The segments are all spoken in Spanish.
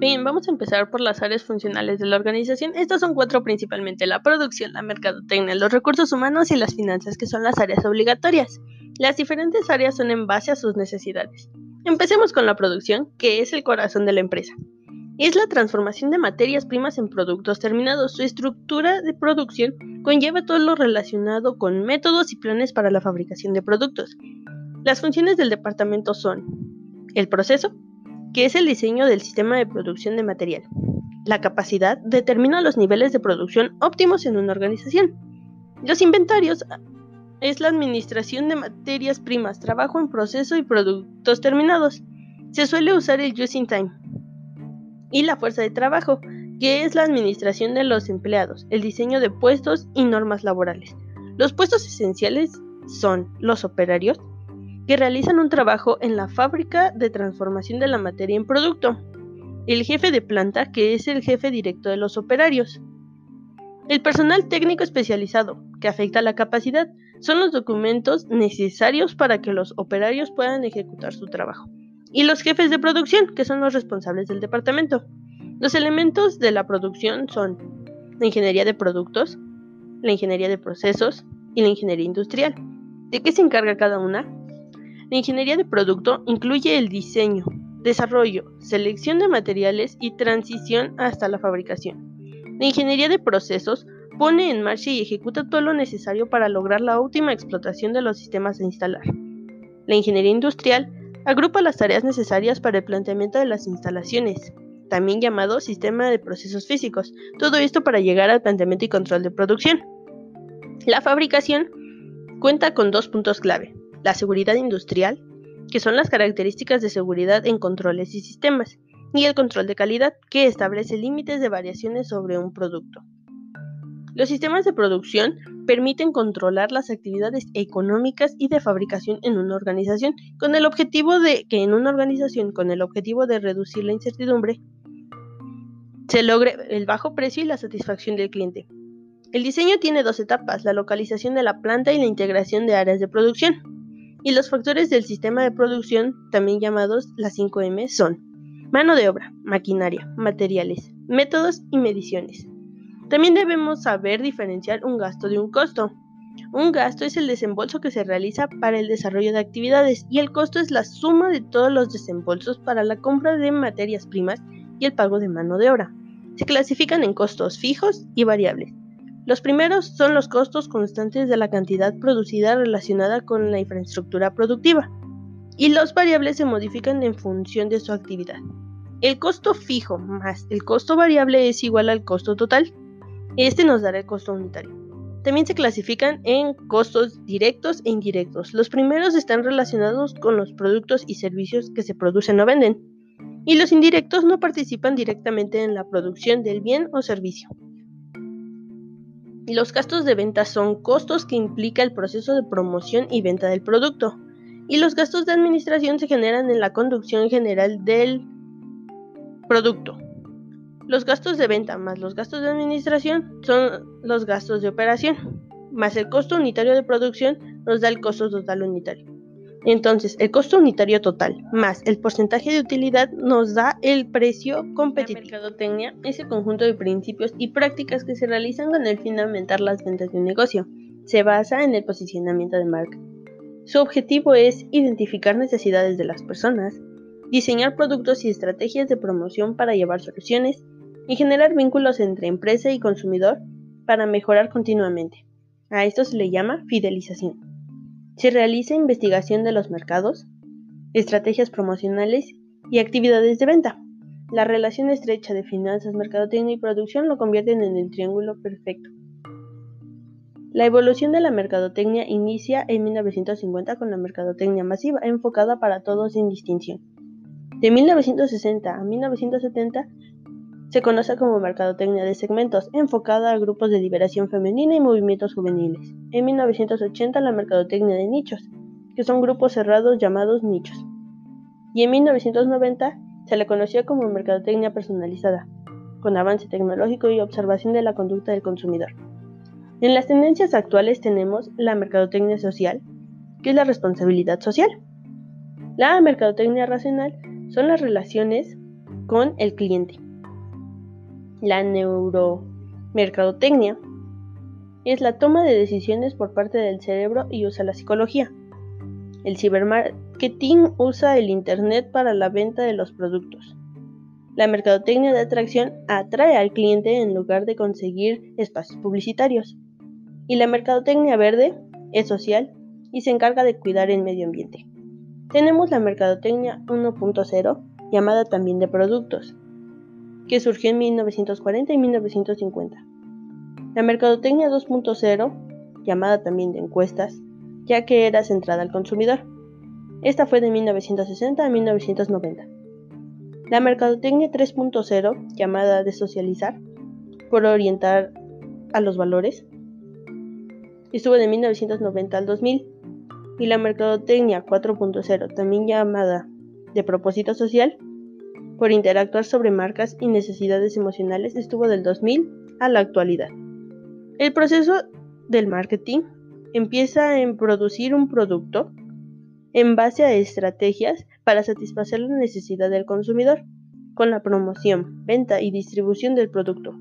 Bien, vamos a empezar por las áreas funcionales de la organización. Estas son 4 principalmente: la producción, la mercadotecnia, los recursos humanos y las finanzas, que son las áreas obligatorias. Las diferentes áreas son en base a sus necesidades. Empecemos con la producción, que es el corazón de la empresa. Es la transformación de materias primas en productos terminados. Su estructura de producción conlleva todo lo relacionado con métodos y planes para la fabricación de productos. Las funciones del departamento son el proceso, que es el diseño del sistema de producción de material. La capacidad determina los niveles de producción óptimos en una organización. Los inventarios es la administración de materias primas, trabajo en proceso y productos terminados. Se suele usar el just in time. Y la fuerza de trabajo, que es la administración de los empleados, el diseño de puestos y normas laborales. Los puestos esenciales son los operarios, que realizan un trabajo en la fábrica de transformación de la materia en producto. El jefe de planta, que es el jefe directo de los operarios. El personal técnico especializado, que afecta la capacidad, son los documentos necesarios para que los operarios puedan ejecutar su trabajo. Y los jefes de producción, que son los responsables del departamento. Los elementos de la producción son la ingeniería de productos, la ingeniería de procesos y la ingeniería industrial. ¿De qué se encarga cada una? La ingeniería de producto incluye el diseño, desarrollo, selección de materiales y transición hasta la fabricación. La ingeniería de procesos pone en marcha y ejecuta todo lo necesario para lograr la óptima explotación de los sistemas a instalar. La ingeniería industrial agrupa las tareas necesarias para el planteamiento de las instalaciones, también llamado sistema de procesos físicos, todo esto para llegar al planteamiento y control de producción. La fabricación cuenta con 2 puntos clave: la seguridad industrial, que son las características de seguridad en controles y sistemas, y el control de calidad, que establece límites de variaciones sobre un producto. Los sistemas de producción permiten controlar las actividades económicas y de fabricación en una organización, con el objetivo de reducir la incertidumbre, se logre el bajo precio y la satisfacción del cliente. El diseño tiene 2 etapas: la localización de la planta y la integración de áreas de producción. Y los factores del sistema de producción, también llamados las 5M, son mano de obra, maquinaria, materiales, métodos y mediciones. También debemos saber diferenciar un gasto de un costo. Un gasto es el desembolso que se realiza para el desarrollo de actividades, y el costo es la suma de todos los desembolsos para la compra de materias primas y el pago de mano de obra. Se clasifican en costos fijos y variables. Los primeros son los costos constantes de la cantidad producida relacionada con la infraestructura productiva, y los variables se modifican en función de su actividad. El costo fijo más el costo variable es igual al costo total. Este nos dará el costo unitario. También se clasifican en costos directos e indirectos. Los primeros están relacionados con los productos y servicios que se producen o venden, y los indirectos no participan directamente en la producción del bien o servicio. Los gastos de venta son costos que implica el proceso de promoción y venta del producto, y los gastos de administración se generan en la conducción general del producto. Los gastos de venta más los gastos de administración son los gastos de operación, más el costo unitario de producción nos da el costo total unitario. Entonces, el costo unitario total más el porcentaje de utilidad nos da el precio competitivo. La mercadotecnia es el conjunto de principios y prácticas que se realizan con el fin de aumentar las ventas de un negocio. Se basa en el posicionamiento de marca. Su objetivo es identificar necesidades de las personas, diseñar productos y estrategias de promoción para llevar soluciones, y generar vínculos entre empresa y consumidor para mejorar continuamente. A esto se le llama fidelización. Se realiza investigación de los mercados, estrategias promocionales y actividades de venta. La relación estrecha de finanzas, mercadotecnia y producción lo convierten en el triángulo perfecto. La evolución de la mercadotecnia inicia en 1950 con la mercadotecnia masiva, enfocada para todos sin distinción. De 1960 a 1970 se conoce como mercadotecnia de segmentos, enfocada a grupos de liberación femenina y movimientos juveniles. En 1980 la mercadotecnia de nichos, que son grupos cerrados llamados nichos. Y en 1990 se le conoció como mercadotecnia personalizada, con avance tecnológico y observación de la conducta del consumidor. En las tendencias actuales tenemos la mercadotecnia social, que es la responsabilidad social. La mercadotecnia racional son las relaciones con el cliente. La neuromercadotecnia es la toma de decisiones por parte del cerebro y usa la psicología. El cibermarketing usa el Internet para la venta de los productos. La mercadotecnia de atracción atrae al cliente en lugar de conseguir espacios publicitarios. Y la mercadotecnia verde es social y se encarga de cuidar el medio ambiente. Tenemos la mercadotecnia 1.0, llamada también de productos, que surgió en 1940 y 1950. La mercadotecnia 2.0, llamada también de encuestas, ya que era centrada al consumidor. Esta fue de 1960 a 1990. La mercadotecnia 3.0, llamada de socializar, por orientar a los valores, estuvo de 1990 al 2000. Y la mercadotecnia 4.0, también llamada de propósito social, por interactuar sobre marcas y necesidades emocionales, estuvo del 2000 a la actualidad. El proceso del marketing empieza en producir un producto en base a estrategias para satisfacer la necesidad del consumidor, con la promoción, venta y distribución del producto.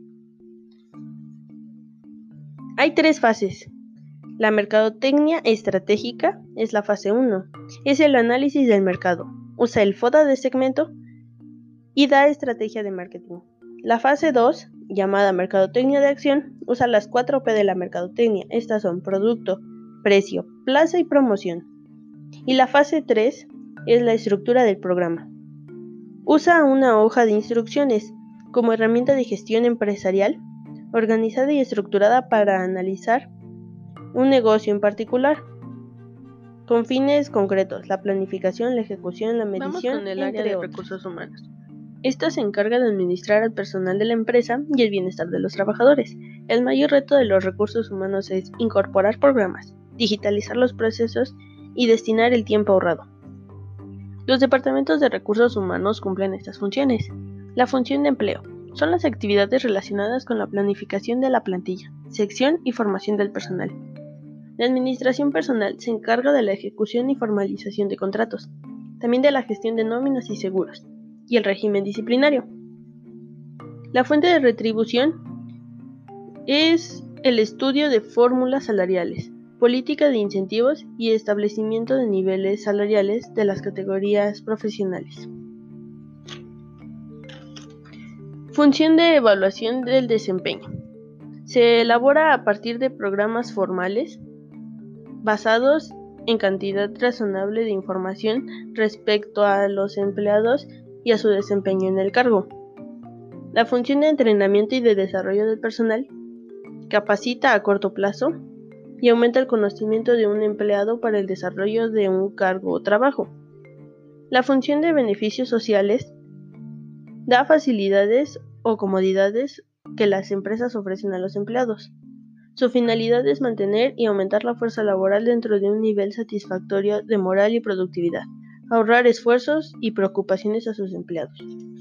Hay 3 fases. La mercadotecnia estratégica es la fase 1. Es el análisis del mercado. Usa el FODA de segmento y da estrategia de marketing. La fase 2, llamada mercadotecnia de acción, usa las 4P de la mercadotecnia. Estas son producto, precio, plaza y promoción. Y la fase 3 es la estructura del programa. Usa una hoja de instrucciones como herramienta de gestión empresarial, organizada y estructurada para analizar un negocio en particular, con fines concretos, la planificación, la ejecución, la medición. Vamos con el área de recursos humanos. Esta se encarga de administrar al personal de la empresa y el bienestar de los trabajadores. El mayor reto de los recursos humanos es incorporar programas, digitalizar los procesos y destinar el tiempo ahorrado. Los departamentos de recursos humanos cumplen estas funciones. La función de empleo son las actividades relacionadas con la planificación de la plantilla, sección y formación del personal. La administración personal se encarga de la ejecución y formalización de contratos, también de la gestión de nóminas y seguros, y el régimen disciplinario. La fuente de retribución es el estudio de fórmulas salariales, política de incentivos y establecimiento de niveles salariales de las categorías profesionales. Función de evaluación del desempeño. Se elabora a partir de programas formales basados en cantidad razonable de información respecto a los empleados y a su desempeño en el cargo. La función de entrenamiento y de desarrollo del personal capacita a corto plazo y aumenta el conocimiento de un empleado para el desarrollo de un cargo o trabajo. La función de beneficios sociales da facilidades o comodidades que las empresas ofrecen a los empleados. Su finalidad es mantener y aumentar la fuerza laboral dentro de un nivel satisfactorio de moral y productividad, ahorrar esfuerzos y preocupaciones a sus empleados.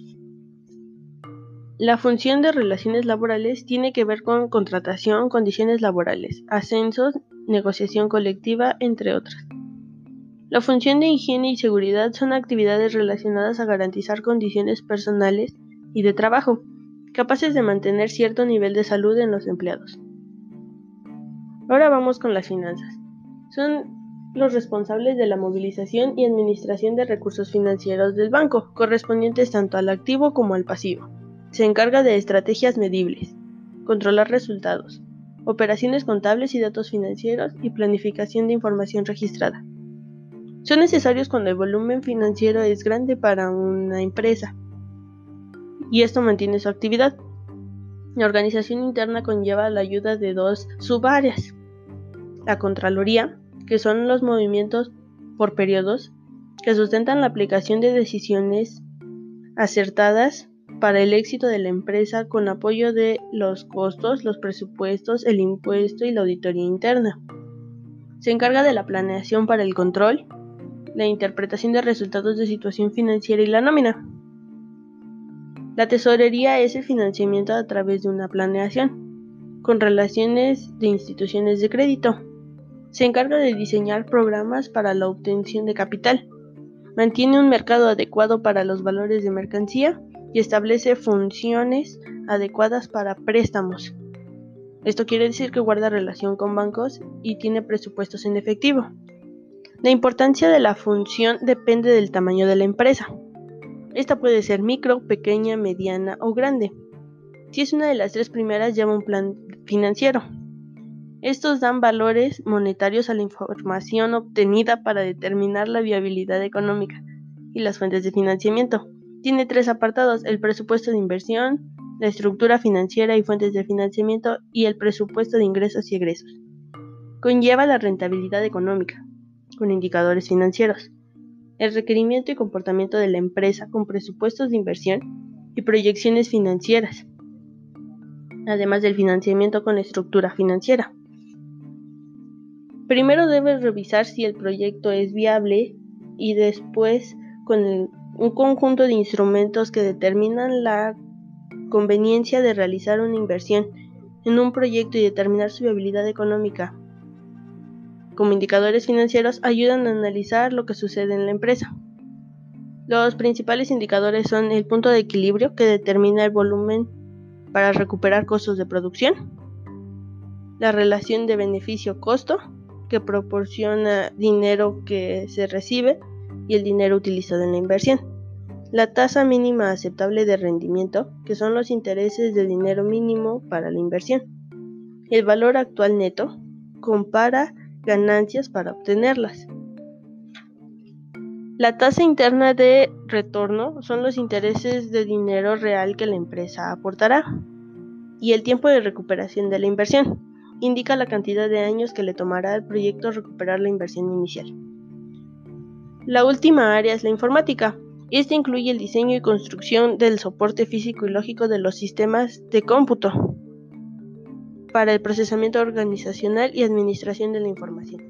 La función de relaciones laborales tiene que ver con contratación, condiciones laborales, ascensos, negociación colectiva, entre otras. La función de higiene y seguridad son actividades relacionadas a garantizar condiciones personales y de trabajo, capaces de mantener cierto nivel de salud en los empleados. Ahora vamos con las finanzas. Son los responsables de la movilización y administración de recursos financieros del banco, correspondientes tanto al activo como al pasivo. Se encarga de estrategias medibles, controlar resultados, operaciones contables y datos financieros y planificación de información registrada. Son necesarios cuando el volumen financiero es grande para una empresa y esto mantiene su actividad. La organización interna conlleva la ayuda de 2 subáreas. La Contraloría, que son los movimientos por periodos que sustentan la aplicación de decisiones acertadas para el éxito de la empresa con apoyo de los costos, los presupuestos, el impuesto y la auditoría interna. Se encarga de la planeación para el control, la interpretación de resultados de situación financiera y la nómina. La tesorería es el financiamiento a través de una planeación, con relaciones de instituciones de crédito. Se encarga de diseñar programas para la obtención de capital. mantiene un mercado adecuado para los valores de mercancía y establece funciones adecuadas para préstamos. Esto quiere decir que guarda relación con bancos y tiene presupuestos en efectivo. La importancia de la función depende del tamaño de la empresa. Esta puede ser micro, pequeña, mediana o grande. Si es una de las tres primeras, lleva un plan financiero. Estos dan valores monetarios a la información obtenida para determinar la viabilidad económica y las fuentes de financiamiento. Tiene tres apartados: el presupuesto de inversión, la estructura financiera y fuentes de financiamiento, y el presupuesto de ingresos y egresos. Conlleva la rentabilidad económica, con indicadores financieros, el requerimiento y comportamiento de la empresa con presupuestos de inversión y proyecciones financieras, además del financiamiento con estructura financiera. Primero debes revisar si el proyecto es viable y después con un conjunto de instrumentos que determinan la conveniencia de realizar una inversión en un proyecto y determinar su viabilidad económica. Como indicadores financieros ayudan a analizar lo que sucede en la empresa. Los principales indicadores son el punto de equilibrio, que determina el volumen para recuperar costos de producción, la relación de beneficio-costo, que proporciona dinero que se recibe y el dinero utilizado en la inversión, la tasa mínima aceptable de rendimiento, que son los intereses de dinero mínimo para la inversión, el valor actual neto, compara ganancias para obtenerlas. La tasa interna de retorno son los intereses de dinero real que la empresa aportará, y el tiempo de recuperación de la inversión indica la cantidad de años que le tomará al proyecto recuperar la inversión inicial. La última área es la informática. Esta incluye el diseño y construcción del soporte físico y lógico de los sistemas de cómputo para el procesamiento organizacional y administración de la información.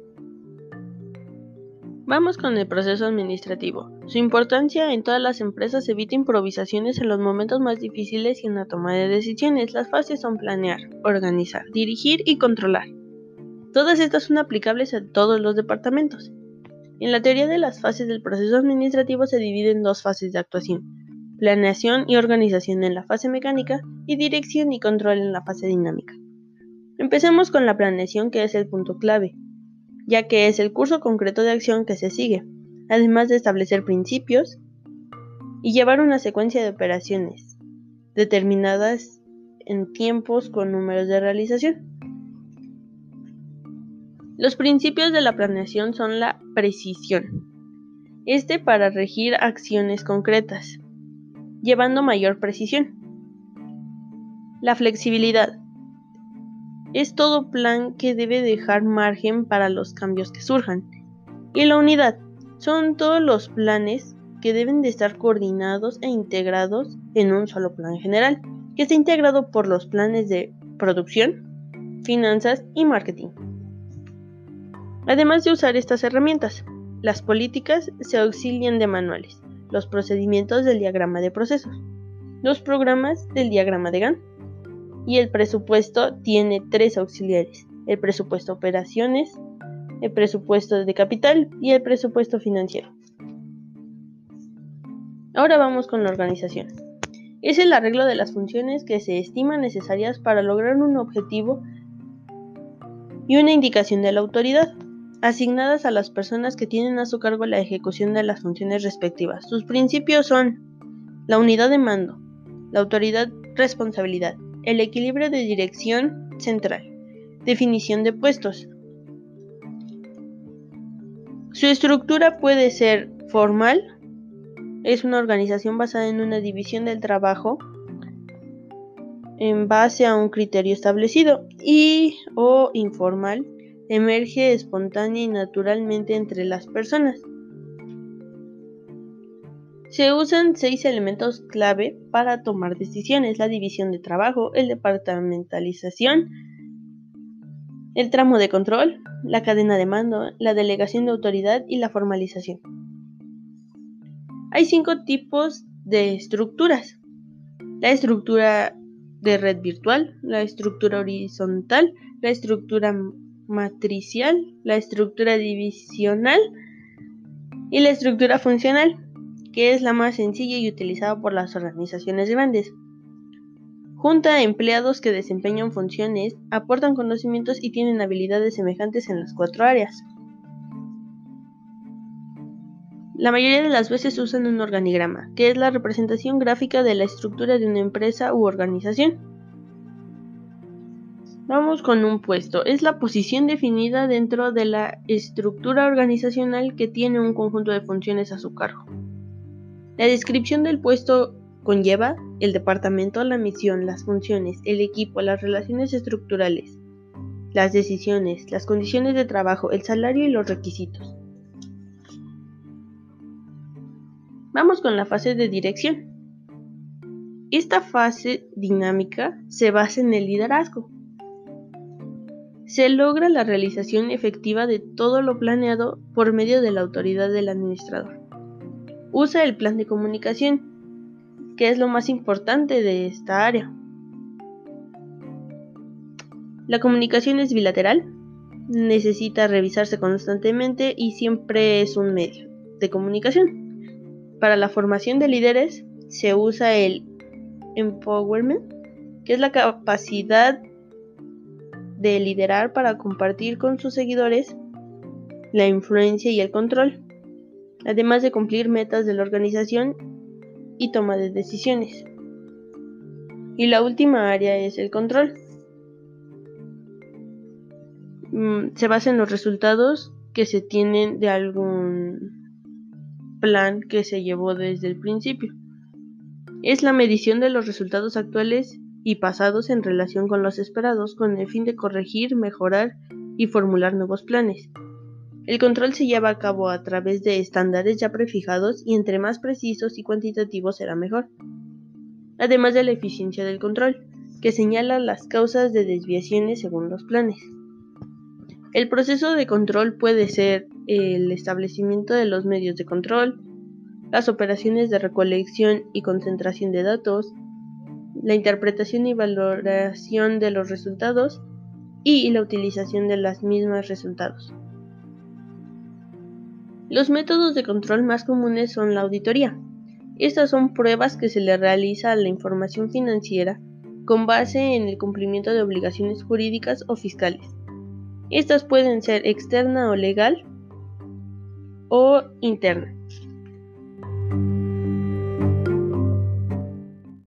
Vamos con el proceso administrativo. Su importancia en todas las empresas evita improvisaciones en los momentos más difíciles y en la toma de decisiones. Las fases son planear, organizar, dirigir y controlar. Todas estas son aplicables a todos los departamentos. En la teoría de las fases del proceso administrativo se divide en dos fases de actuación: planeación y organización en la fase mecánica y dirección y control en la fase dinámica. Empecemos con la planeación, que es el punto clave, ya que es el curso concreto de acción que se sigue, además de establecer principios y llevar una secuencia de operaciones determinadas en tiempos con números de realización. Los principios de la planeación son la precisión, para regir acciones concretas, llevando mayor precisión. La flexibilidad es todo plan que debe dejar margen para los cambios que surjan. Y la unidad son todos los planes que deben de estar coordinados e integrados en un solo plan general, que está integrado por los planes de producción, finanzas y marketing. Además de usar estas herramientas, las políticas se auxilian de manuales, los procedimientos del diagrama de procesos, los programas del diagrama de Gantt, y el presupuesto tiene tres auxiliares: el presupuesto operaciones, el presupuesto de capital y el presupuesto financiero. Ahora vamos con la organización. Es el arreglo de las funciones que se estiman necesarias para lograr un objetivo y una indicación de la autoridad, asignadas a las personas que tienen a su cargo la ejecución de las funciones respectivas. Sus principios son la unidad de mando, la autoridad, responsabilidad, el equilibrio de dirección central, definición de puestos. Su estructura puede ser formal, es una organización basada en una división del trabajo en base a un criterio establecido, o informal, emerge espontánea y naturalmente entre las personas. Se usan 6 elementos clave para tomar decisiones: la división de trabajo, el departamentalización, el tramo de control, la cadena de mando, la delegación de autoridad y la formalización. Hay 5 tipos de estructuras: la estructura de red virtual, la estructura horizontal, la estructura matricial, la estructura divisional Y la estructura funcional, que es la más sencilla y utilizada por las organizaciones grandes. Junta a empleados que desempeñan funciones, aportan conocimientos y tienen habilidades semejantes en las 4 áreas. La mayoría de las veces usan un organigrama, que es la representación gráfica de la estructura de una empresa u organización. Vamos con un puesto. Es la posición definida dentro de la estructura organizacional que tiene un conjunto de funciones a su cargo. La descripción del puesto conlleva el departamento, la misión, las funciones, el equipo, las relaciones estructurales, las decisiones, las condiciones de trabajo, el salario y los requisitos. Vamos con la fase de dirección. Esta fase dinámica se basa en el liderazgo. Se logra la realización efectiva de todo lo planeado por medio de la autoridad del administrador. Usa el plan de comunicación, que es lo más importante de esta área. La comunicación es bilateral, necesita revisarse constantemente y siempre es un medio de comunicación. Para la formación de líderes se usa el empowerment, que es la capacidad de liderar para compartir con sus seguidores la influencia y el control, además de cumplir metas de la organización y toma de decisiones. Y la última área es el control. Se basa en los resultados que se tienen de algún plan que se llevó desde el principio. Es la medición de los resultados actuales y pasados en relación con los esperados, con el fin de corregir, mejorar y formular nuevos planes. El control se lleva a cabo a través de estándares ya prefijados y entre más precisos y cuantitativos será mejor. Además de la eficiencia del control, que señala las causas de desviaciones según los planes. El proceso de control puede ser el establecimiento de los medios de control, las operaciones de recolección y concentración de datos, la interpretación y valoración de los resultados y la utilización de los mismos resultados. Los métodos de control más comunes son la auditoría. Estas son pruebas que se le realiza a la información financiera con base en el cumplimiento de obligaciones jurídicas o fiscales. Estas pueden ser externa o legal o interna.